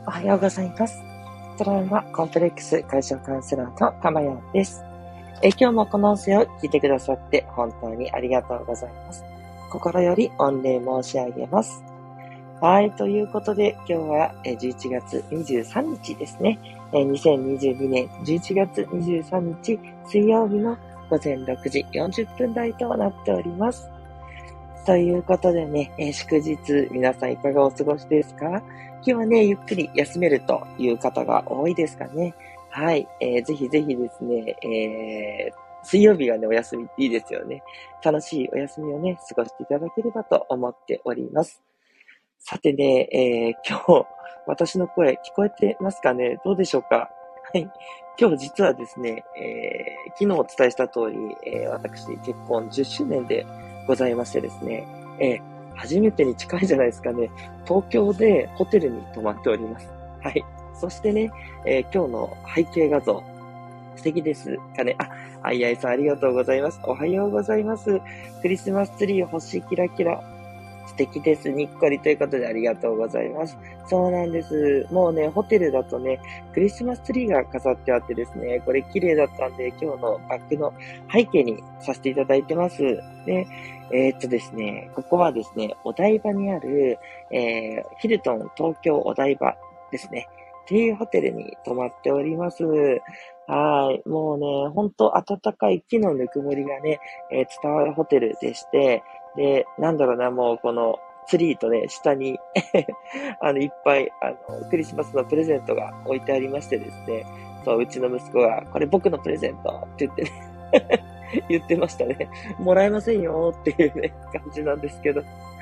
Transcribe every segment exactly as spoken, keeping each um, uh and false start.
おはようございます。トラウマコンプレックス解消カウンセラーのかまやです。え今日もこの音声を聞いてくださって本当にありがとうございます。心より御礼申し上げます。はい、ということで今日はじゅういちがつにじゅうさんにちですね。にせんにじゅうにねんじゅういちがつにじゅうさんにち水曜日のごぜんろくじよんじゅっぷん台となっております。ということでね、えー、祝日皆さんいかがお過ごしですか？今日はね、ゆっくり休めるという方が多いですかね。はい、えー、ぜひぜひですね、えー、水曜日がね、お休みっていいですよね。楽しいお休みをね、過ごしていただければと思っております。さてね、えー、今日、私の声聞こえてますかね？どうでしょうか？はい。今日実はですね、えー、昨日お伝えした通り、えー、私結婚じゅっしゅうねんでございましてですね、えー、初めてに近いじゃないですかね。東京でホテルに泊まっております。はい。そしてね、えー、今日の背景画像、素敵ですかね。あ、あいあいさんありがとうございます。おはようございます。クリスマスツリー星キラキラ。素敵です。にっこりということでありがとうございます。そうなんです。もうね、ホテルだとね、クリスマスツリーが飾ってあってですね、これ綺麗だったんで、今日のバックの背景にさせていただいてます。で、えー、っとですね、ここはですね、お台場にある、えー、ヒルトン東京お台場ですね、っていうホテルに泊まっております。はい。もうね、ほんと暖かい木のぬくもりがね、えー伝わるホテルでして、で、なんだろうな、もうこのツリーとね、下にあの、いっぱい、あの、クリスマスのプレゼントが置いてありましてですね、そう、うちの息子が、これ僕のプレゼントって言ってね言ってましたね。もらえませんよっていうね、感じなんですけど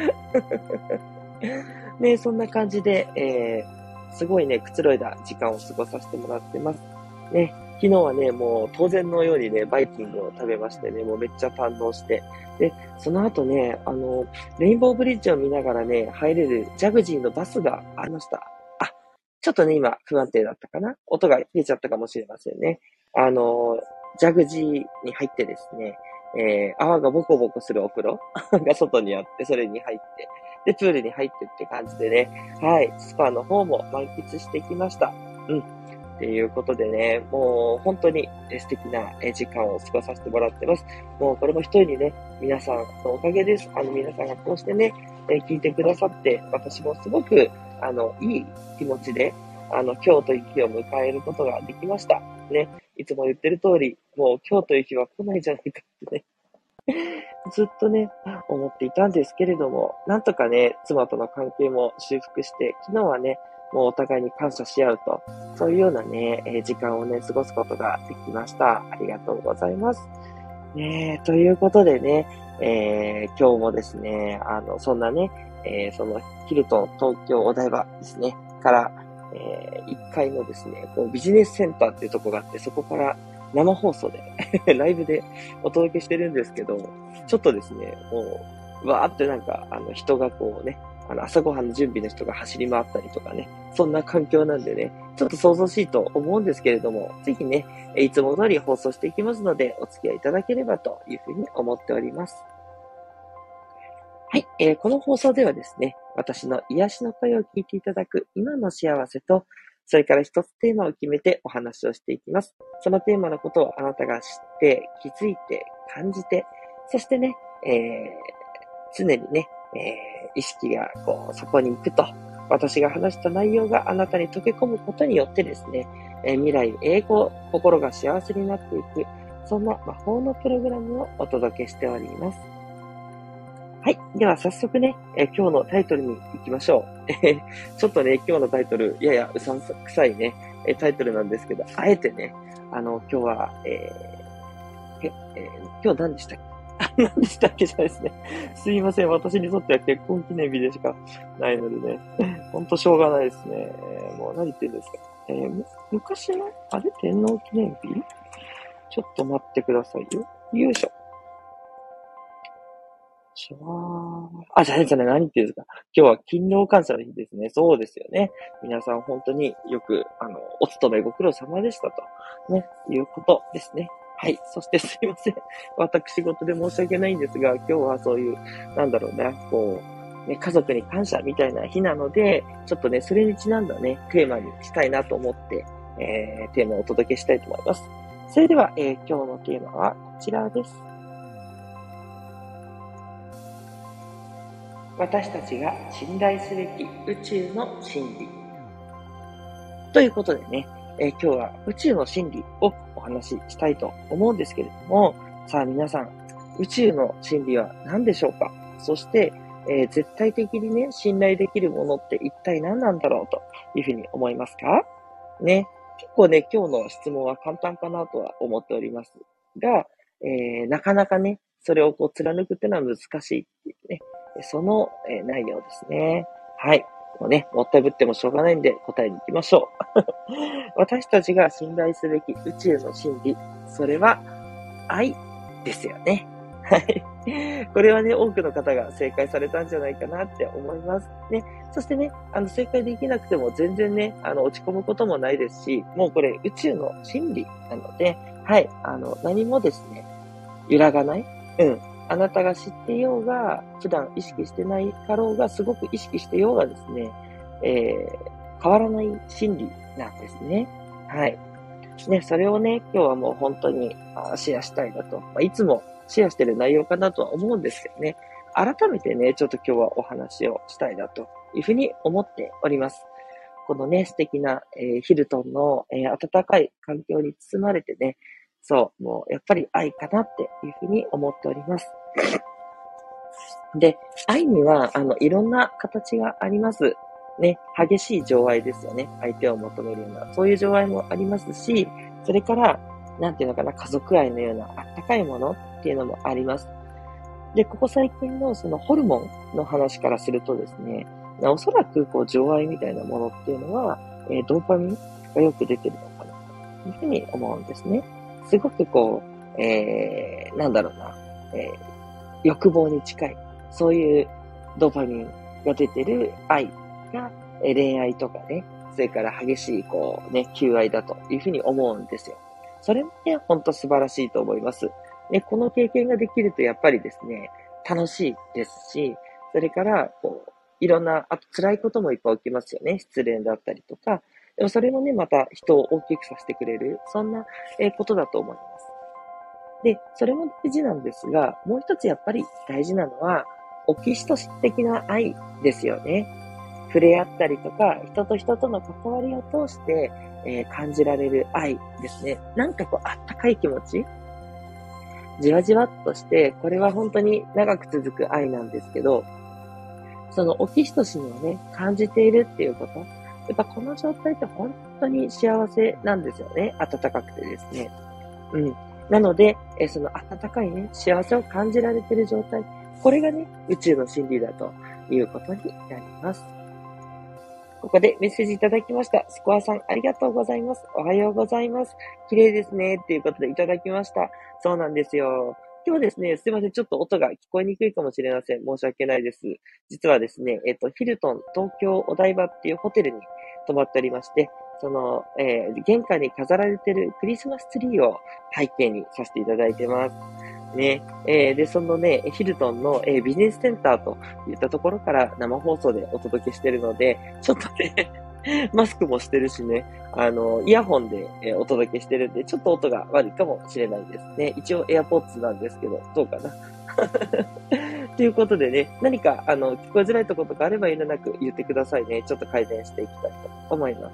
ね、そんな感じで、えー、すごいね、くつろいだ時間を過ごさせてもらってます。ね、昨日はね、もう当然のようにね、バイキングを食べましてね、もうめっちゃ堪能して、で、その後ね、あの、レインボーブリッジを見ながらね、入れるジャグジーのバスがありました。あ、ちょっとね、今不安定だったかな？音が切れちゃったかもしれませんね。あの、ジャグジーに入ってですね、えー、泡がボコボコするお風呂が外にあって、それに入って、で、プールに入ってって感じでね、はい、スパの方も満喫してきました。うん。っていうことでね、もう本当に素敵な時間を過ごさせてもらってます。もうこれも一人にね、皆さんのおかげです。あの皆さんがこうしてね、聞いてくださって、私もすごく、あの、いい気持ちで、あの、今日という日を迎えることができました。ね、いつも言ってる通り、もう今日という日は来ないんじゃないかってね。ずっとね、思っていたんですけれども、なんとかね、妻との関係も修復して、昨日はね、もうお互いに感謝し合うと、そういうようなね、えー時間をね、過ごすことができました。ありがとうございます。ねえ、ということでね、えー今日もですね、あの、そんなね、えーそのヒルトン東京お台場ですね、から、えーいっかいのですね、こうビジネスセンターっていうところがあって、そこから生放送でライブでお届けしてるんですけど、ちょっとですね、もう、わーってなんか、あの、人がこうね、あの、朝ごはんの準備の人が走り回ったりとかね、そんな環境なんでね、ちょっと想像しいと思うんですけれども、ぜひね、いつも通り放送していきますので、お付き合いいただければというふうに思っております。はい、えーこの放送ではですね、私の癒しの声を聞いていただく今の幸せと、それから一つテーマを決めてお話をしていきます。そのテーマのことをあなたが知って、気づいて、感じて、そしてね、えー常にね、えー意識がこうそこに行くと、私が話した内容があなたに溶け込むことによってですね、えー未来永劫心が幸せになっていく、そんな魔法のプログラムをお届けしております。はい。では早速ね、えー今日のタイトルに行きましょう。えーちょっとね、今日のタイトル、ややうさんくさいね、えータイトルなんですけど、あえてね、あの、今日は、えーええー今日何でしたっけ？あ、何でしたっけじゃないですね。すいません。私にとっては結婚記念日でしかないのでね。ほんとしょうがないですね。えーもう何言ってるんですか。えーむ昔の、あれ天皇記念日ちょっと待ってくださいよ。よいしょ。しわーあ、じゃあね、じゃあね、何言ってるんですか。今日は勤労感謝の日ですね。そうですよね。皆さん本当によく、あの、お勤めご苦労様でしたと、ね、いうことですね。はい。そしてすいません。私事で申し訳ないんですが、今日はそういう、なんだろうね、こう、 ね、家族に感謝みたいな日なので、ちょっとね、それにちなんだね、テーマにしたいなと思って、えー、テーマをお届けしたいと思います。それでは、えー、今日のテーマはこちらです。私たちが信頼すべき宇宙の真理。ということでね、えー、今日は宇宙の真理をお話ししたいと思うんですけれども、さあ皆さん、宇宙の真理は何でしょうか？そして、えー、絶対的にね、信頼できるものって一体何なんだろうというふうに思いますか？ね、結構ね、今日の質問は簡単かなとは思っておりますが、えー、なかなかね、それをこう貫くっていうのは難しいっていうね、その、えー、内容ですね。はい。もうね、もったいぶってもしょうがないんで答えに行きましょう。私たちが信頼すべき宇宙の真理、それは愛ですよね。はい。これはね、多くの方が正解されたんじゃないかなって思います。ね。そしてね、あの、正解できなくても全然ね、あの、落ち込むこともないですし、もうこれ宇宙の真理なので、はい、あの、何もですね、揺らがない。うん。あなたが知っていようが、普段意識してないかろうが、すごく意識していようがですね、えー、変わらない真理なんですね。はい。ね、それをね、今日はもう本当にシェアしたいなと。まあ、いつもシェアしてる内容かなとは思うんですけどね。改めてね、ちょっと今日はお話をしたいなというふうに思っております。このね、素敵な、えー、ヒルトンの、えー、暖かい環境に包まれてね、そう、もうやっぱり愛かなっていうふうに思っております。で、愛には、あの、いろんな形があります。ね、激しい情愛ですよね。相手を求めるような、そういう情愛もありますし、それから、なんていうのかな、家族愛のようなあったかいものっていうのもあります。で、ここ最近のそのホルモンの話からするとですね、おそらくこう情愛みたいなものっていうのは、えー、ドーパミンがよく出てるのかなというふうに思うんですね。すごくこう、えー、なんだろうな、えー、欲望に近い、そういうドーパミンが出てる愛が、えー、恋愛とかね、それから激しいこうね、求愛だというふうに思うんですよ。それもね、ほんと素晴らしいと思います。ね、この経験ができるとやっぱりですね、楽しいですし、それから、こう、いろんな、あと辛いこともいっぱい起きますよね。失恋だったりとか。でもそれもね、また人を大きくさせてくれる、そんなことだと思います。で、それも大事なんですが、もう一つやっぱり大事なのは、オキシトシン的な愛ですよね。触れ合ったりとか、人と人との関わりを通して、えー、感じられる愛ですね。なんかこう、あったかい気持ちじわじわっとして、これは本当に長く続く愛なんですけど、そのオキシトシンをね、感じているっていうこと。やっぱこの状態って本当に幸せなんですよね。暖かくてですね。うん。なので、えその暖かいね、幸せを感じられている状態。これがね、宇宙の真理だということになります。ここでメッセージいただきました。スコアさん、ありがとうございます。おはようございます。綺麗ですね。っていうことでいただきました。そうなんですよ。今日はですね、すいません。ちょっと音が聞こえにくいかもしれません。申し訳ないです。実はですね、えっと、ヒルトン東京お台場っていうホテルに泊まっておりまして、その、えー、玄関に飾られているクリスマスツリーを背景にさせていただいてます。ね、えー、で、そのね、ヒルトンの、えー、ビジネスセンターといったところから生放送でお届けしているので、ちょっとね、マスクもしてるしね、あの、イヤホンで、えー、お届けしてるんで、ちょっと音が悪いかもしれないですね。一応 AirPods なんですけど、どうかな。ということでね、何か、あの、聞こえづらいところとかあれば遠慮なく言ってくださいね。ちょっと改善していきたいと思います。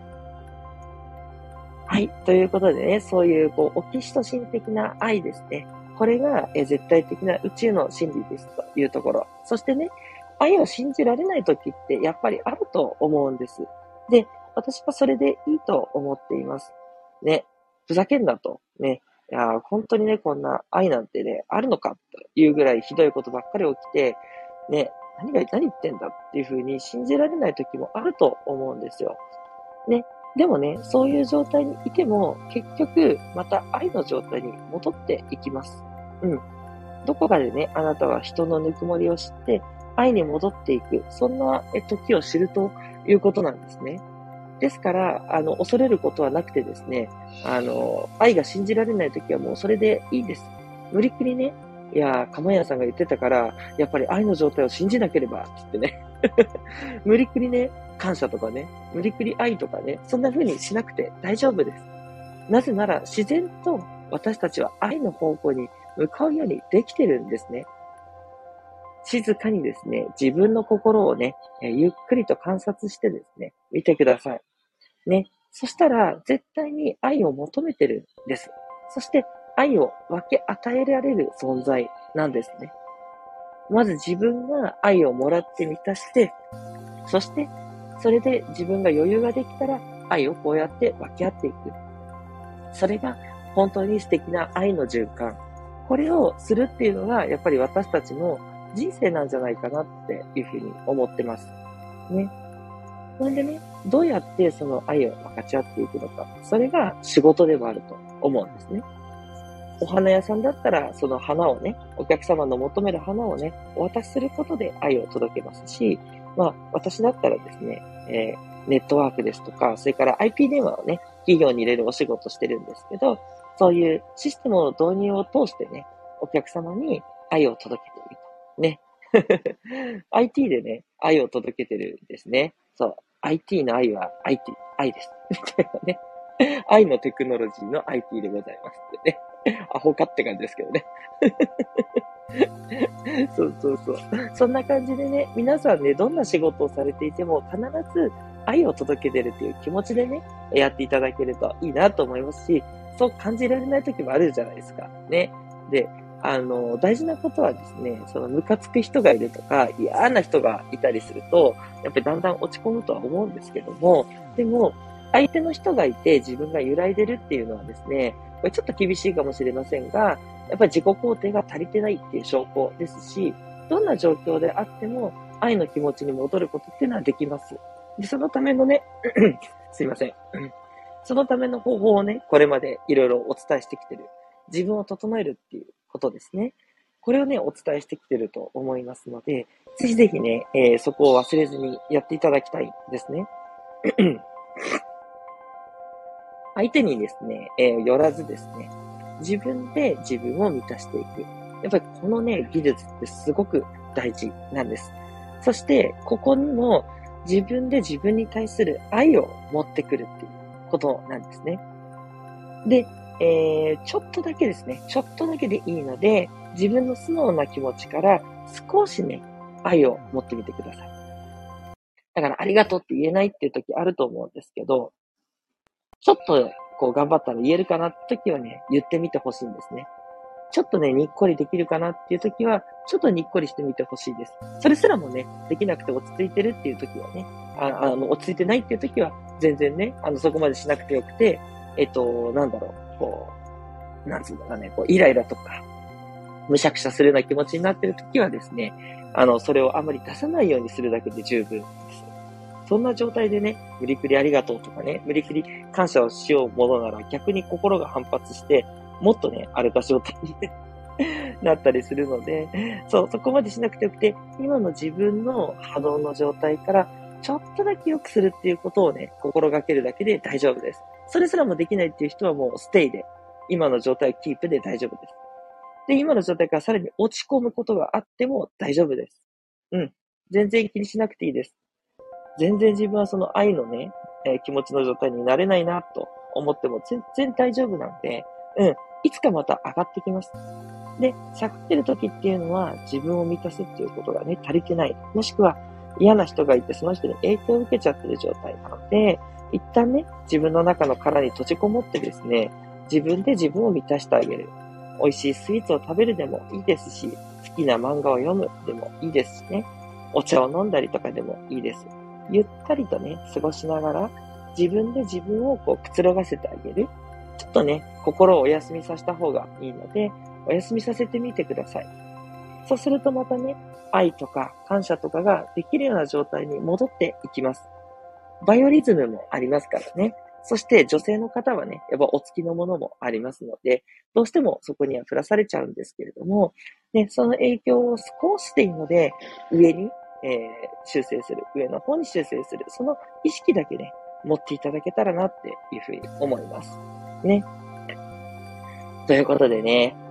はい。ということでね、そういう、こう、オキシトシン的な愛ですね。これが、え絶対的な宇宙の真理ですというところ。そしてね、愛を信じられない時ってやっぱりあると思うんです。で、私はそれでいいと思っています。ね、ふざけんなと。ね、いや、本当にね、こんな愛なんてね、あるのかというぐらいひどいことばっかり起きて、ね、何が、何言ってんだっていうふうに信じられない時もあると思うんですよ。ね。でもね、そういう状態にいても、結局、また愛の状態に戻っていきます。うん。どこかでね、あなたは人のぬくもりを知って、愛に戻っていく、そんな時を知るということなんですね。ですから、あの、恐れることはなくてですね、あの、愛が信じられない時はもうそれでいいです。無理くりね、 いやー、かまやさんが言ってたから、やっぱり愛の状態を信じなければ、つってね。無理くりね、感謝とかね、無理くり愛とかね、そんな風にしなくて大丈夫です。なぜなら、自然と私たちは愛の方向に向かうようにできてるんですね。静かにですね、自分の心をね、ゆっくりと観察してですね、見てください。ね。そしたら、絶対に愛を求めてるんです。そして、愛を分け与えられる存在なんですね。まず自分が愛をもらって満たして、そして、それで自分が余裕ができたら、愛をこうやって分け合っていく。それが本当に素敵な愛の循環。これをするっていうのが、やっぱり私たちの人生なんじゃないかなっていうふうに思ってます。ね。なんでね、どうやってその愛を分かち合っていくのか。それが仕事でもあると思うんですね。お花屋さんだったら、その花をね、お客様の求める花をね、お渡しすることで愛を届けますし、まあ、私だったらですね、えー、ネットワークですとか、それから アイピー 電話をね、企業に入れるお仕事してるんですけど、そういうシステムの導入を通してね、お客様に愛を届けていると。ね。アイティー でね、愛を届けてるんですね。そう。アイティー の愛は アイティー、愛です。みたいなね。愛のテクノロジーの アイティー でございますってね。アホかって感じですけどね。そうそうそう。そんな感じでね、皆さんね、どんな仕事をされていても、必ず愛を届けてるっていう気持ちでね、やっていただけるといいなと思いますし、そう感じられない時もあるじゃないですか。ね。で、あの、大事なことはですね、そのムカつく人がいるとか、嫌な人がいたりすると、やっぱりだんだん落ち込むとは思うんですけども、でも、相手の人がいて自分が揺らいでるっていうのはですね、これちょっと厳しいかもしれませんが、やっぱり自己肯定が足りてないっていう証拠ですし、どんな状況であっても愛の気持ちに戻ることっていうのはできます。で、そのためのね、すいません。そのための方法をね、これまでいろいろお伝えしてきてる。自分を整えるっていうことですね。これをね、お伝えしてきてると思いますので、ぜひぜひね、えー、そこを忘れずにやっていただきたいですね。相手にですね、えー、よらずですね、自分で自分を満たしていく。やっぱりこのね、技術ってすごく大事なんです。そして、ここにも自分で自分に対する愛を持ってくるっていうことなんですね。で、えー、ちょっとだけですね、ちょっとだけでいいので、自分の素直な気持ちから少しね、愛を持ってみてください。だから、ありがとうって言えないっていう時あると思うんですけど、ちょっとこう頑張ったら言えるかなって時はね、言ってみてほしいんですね。ちょっとね、にっこりできるかなっていう時は、ちょっとにっこりしてみてほしいです。それすらもね、できなくて落ち着いてるっていう時はね、ああの、落ち着いてないっていう時は、全然ね、あの、そこまでしなくてよくて、えっと、なんだろう、こう、なんつうんだろうね、こう、イライラとか、むしゃくしゃするような気持ちになってる時はですね、あの、それをあまり出さないようにするだけで十分です。そんな状態でね、無理くりありがとうとかね、無理くり感謝をしようものなら逆に心が反発して、もっとね、荒れた状態になったりするので、そう、そこまでしなくてよくて、今の自分の波動の状態からちょっとだけ良くするっていうことをね、心がけるだけで大丈夫です。それすらもできないっていう人はもうステイで、今の状態キープで大丈夫です。で、今の状態からさらに落ち込むことがあっても大丈夫です。うん。全然気にしなくていいです。全然自分はその愛のね、えー気持ちの状態になれないなと思っても全然大丈夫なんで、うん。いつかまた上がってきます。で、下がってる時っていうのは自分を満たすっていうことがね、足りてない。もしくは嫌な人がいてその人に影響を受けちゃってる状態なので、一旦ね、自分の中の殻に閉じこもってですね、自分で自分を満たしてあげる。美味しいスイーツを食べるでもいいですし、好きな漫画を読むでもいいですしね、お茶を飲んだりとかでもいいです。ゆったりとね、過ごしながら、自分で自分をこうくつろがせてあげる。ちょっとね、心をお休みさせた方がいいので、お休みさせてみてください。そうするとまたね、愛とか感謝とかができるような状態に戻っていきます。バイオリズムもありますからね。そして女性の方はね、やっぱお付きのものもありますので、どうしてもそこには降らされちゃうんですけれども、ね、その影響を少しでいいので、上に、えー修正する。上の方に修正する。その意識だけね、持っていただけたらなっていうふうに思います。ね。ということでね、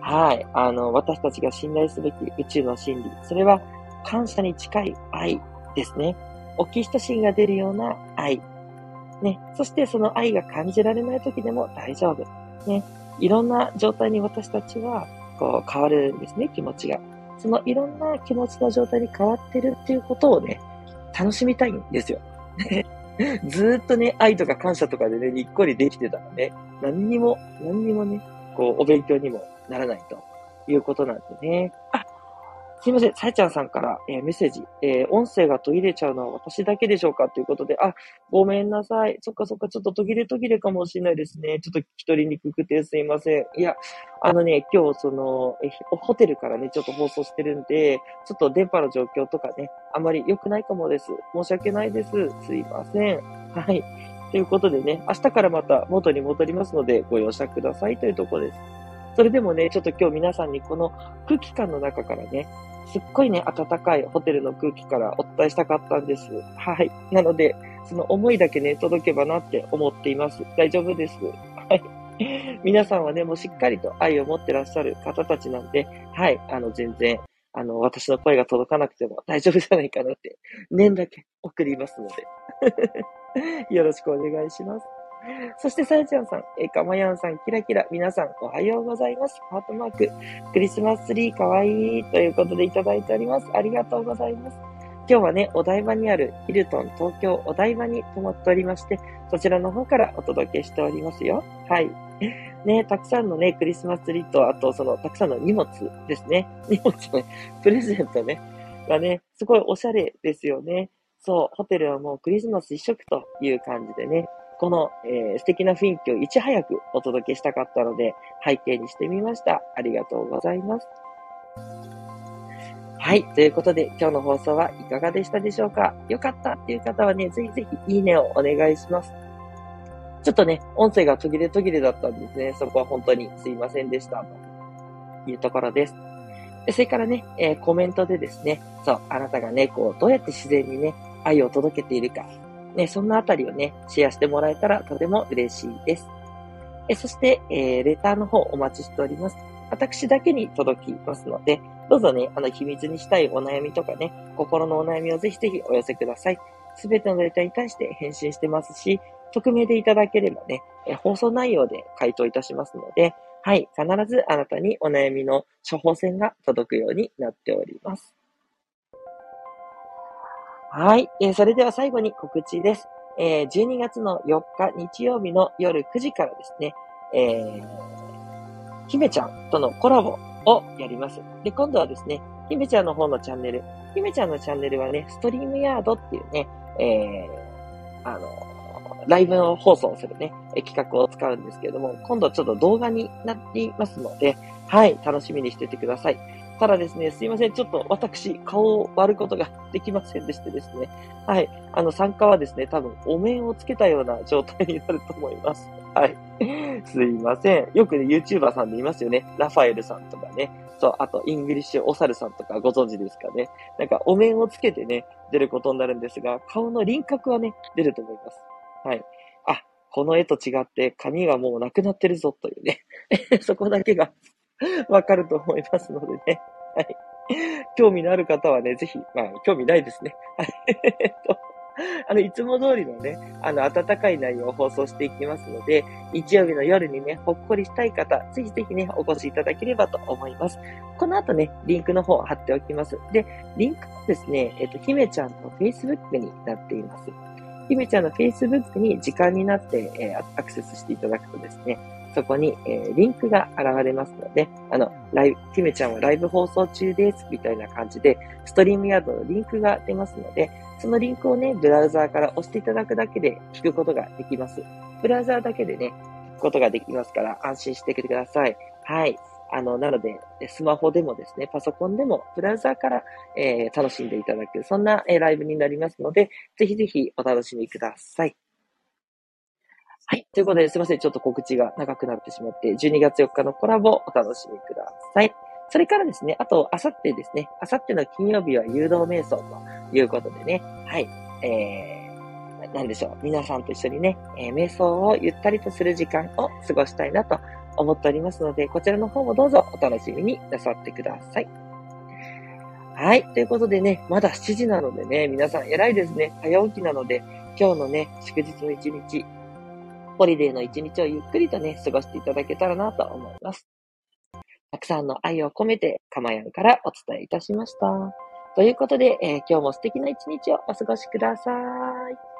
はい。あの、私たちが信頼すべき宇宙の真理。それは、感謝に近い愛ですね。オキシトシンが出るような愛。ね。そしてその愛が感じられない時でも大丈夫。ね。いろんな状態に私たちは、こう、変わるんですね、気持ちが。そのいろんな気持ちの状態に変わってるっていうことをね、楽しみたいんですよ。ずーっとね、愛とか感謝とかでね、にっこりできてたらね、何にも、何にもね、こう、お勉強にもならないということなんでね。あ、すいません。さえちゃんさんから、えーメッセージ、えー音声が途切れちゃうのは私だけでしょうかということで、あ、ごめんなさい。そっかそっか、ちょっと途切れ途切れかもしれないですね。ちょっと聞き取りにくくてすいません。いや、あのね、今日その、えホテルからね、ちょっと放送してるんで、ちょっと電波の状況とかね、あまり良くないかもです。申し訳ないです。すいません。はい。ということでね、明日からまた元に戻りますので、ご容赦くださいというところです。それでもね、ちょっと今日皆さんにこの空気感の中からね、すっごいね、暖かいホテルの空気からお伝えしたかったんです。はい。なので、その思いだけね、届けばなって思っています。大丈夫です。はい。皆さんはね、もうしっかりと愛を持ってらっしゃる方たちなんで、はい。あの、全然、あの、私の声が届かなくても大丈夫じゃないかなって、念だけ送りますので。よろしくお願いします。そして、さやちゃんさん、えかまやんさん、キラキラ、皆さん、おはようございます。ハートマーク、クリスマスツリーかわいいということでいただいております。ありがとうございます。今日はね、お台場にあるヒルトン東京お台場に泊まっておりまして、そちらの方からお届けしておりますよ。はい。ね、たくさんのね、クリスマスツリーと、あと、その、たくさんの荷物ですね。荷物ね、プレゼントね、がね、すごいおしゃれですよね。そう、ホテルはもうクリスマス一色という感じでね、この、えー素敵な雰囲気をいち早くお届けしたかったので、背景にしてみました。ありがとうございます。はい。ということで、今日の放送はいかがでしたでしょうか？よかったっていう方はね、ぜひぜひいいねをお願いします。ちょっとね、音声が途切れ途切れだったんですね。そこは本当にすいませんでした。というところです。でそれからね、えーコメントでですね、そう、あなたがね、こう、どうやって自然にね、愛を届けているか、ね、そんなあたりをね、シェアしてもらえたらとても嬉しいです。えそして、えーレターの方お待ちしております。私だけに届きますので、どうぞね、あの、秘密にしたいお悩みとかね、心のお悩みをぜひぜひお寄せください。すべてのレターに対して返信してますし、匿名でいただければね、え放送内容で回答いたしますので、はい、必ずあなたにお悩みの処方箋が届くようになっております。はい、えーそれでは最後に告知です。えーじゅうにがつのよっか日曜日の夜くじからですね、えー姫ちゃんとのコラボをやります。で、今度はですね、姫ちゃんの方のチャンネル、姫ちゃんのチャンネルはね、ストリームヤードっていうね、えー、あの、ライブの放送をするね、え企画を使うんですけれども、今度ちょっと動画になりますので、はい、楽しみにしていてください。ただですね、すいません、ちょっと私、顔を割ることができませんでしてですね、はい、あの、参加はですね、多分、お面をつけたような状態になると思います。はい。すいません。よくね、YouTuber さんでいますよね。ラファエルさんとかね。そう、あと、イングリッシュお猿さんとかご存知ですかね。なんか、お面をつけてね、出ることになるんですが、顔の輪郭はね、出ると思います。はい。あ、この絵と違って髪がもうなくなってるぞというね。そこだけがわかると思いますのでね。はい。興味のある方はね、ぜひ、まあ、興味ないですね。はい。えっとあの、いつも通りのね、あの、温かい内容を放送していきますので、日曜日の夜にね、ほっこりしたい方、ぜひぜひね、お越しいただければと思います。この後ね、リンクの方を貼っておきます。で、リンクはですね、えっと、姫ちゃんの Facebook になっています。姫ちゃんの Facebook に時間になって、えーアクセスしていただくとですね、そこに、えーリンクが現れますので、あの、ライブ、姫ちゃんはライブ放送中です、みたいな感じで、ストリームヤードのリンクが出ますので、そのリンクをね、ブラウザーから押していただくだけで聞くことができます。ブラウザーだけでね、聞くことができますから安心してください。はい。あの、なので、スマホでもですね、パソコンでも、ブラウザーから、えー楽しんでいただく、そんな、えーライブになりますので、ぜひぜひお楽しみください。はい。ということで、すいません。ちょっと告知が長くなってしまって、じゅうにがつよっかのコラボお楽しみください。それからですね、あと、あさってですね、あさっての金曜日は誘導瞑想ということでね、はい。えー、なんでしょう。皆さんと一緒にね、えー瞑想をゆったりとする時間を過ごしたいなと思っておりますので、こちらの方もどうぞお楽しみになさってください。はい。ということでね、まだしちじなのでね、皆さん偉いですね。早起きなので、今日のね、祝日の一日、ホリデーの一日をゆっくりとね、過ごしていただけたらなと思います。たくさんの愛を込めて、かまやんからお伝えいたしました。ということで、えー、今日も素敵な一日をお過ごしください。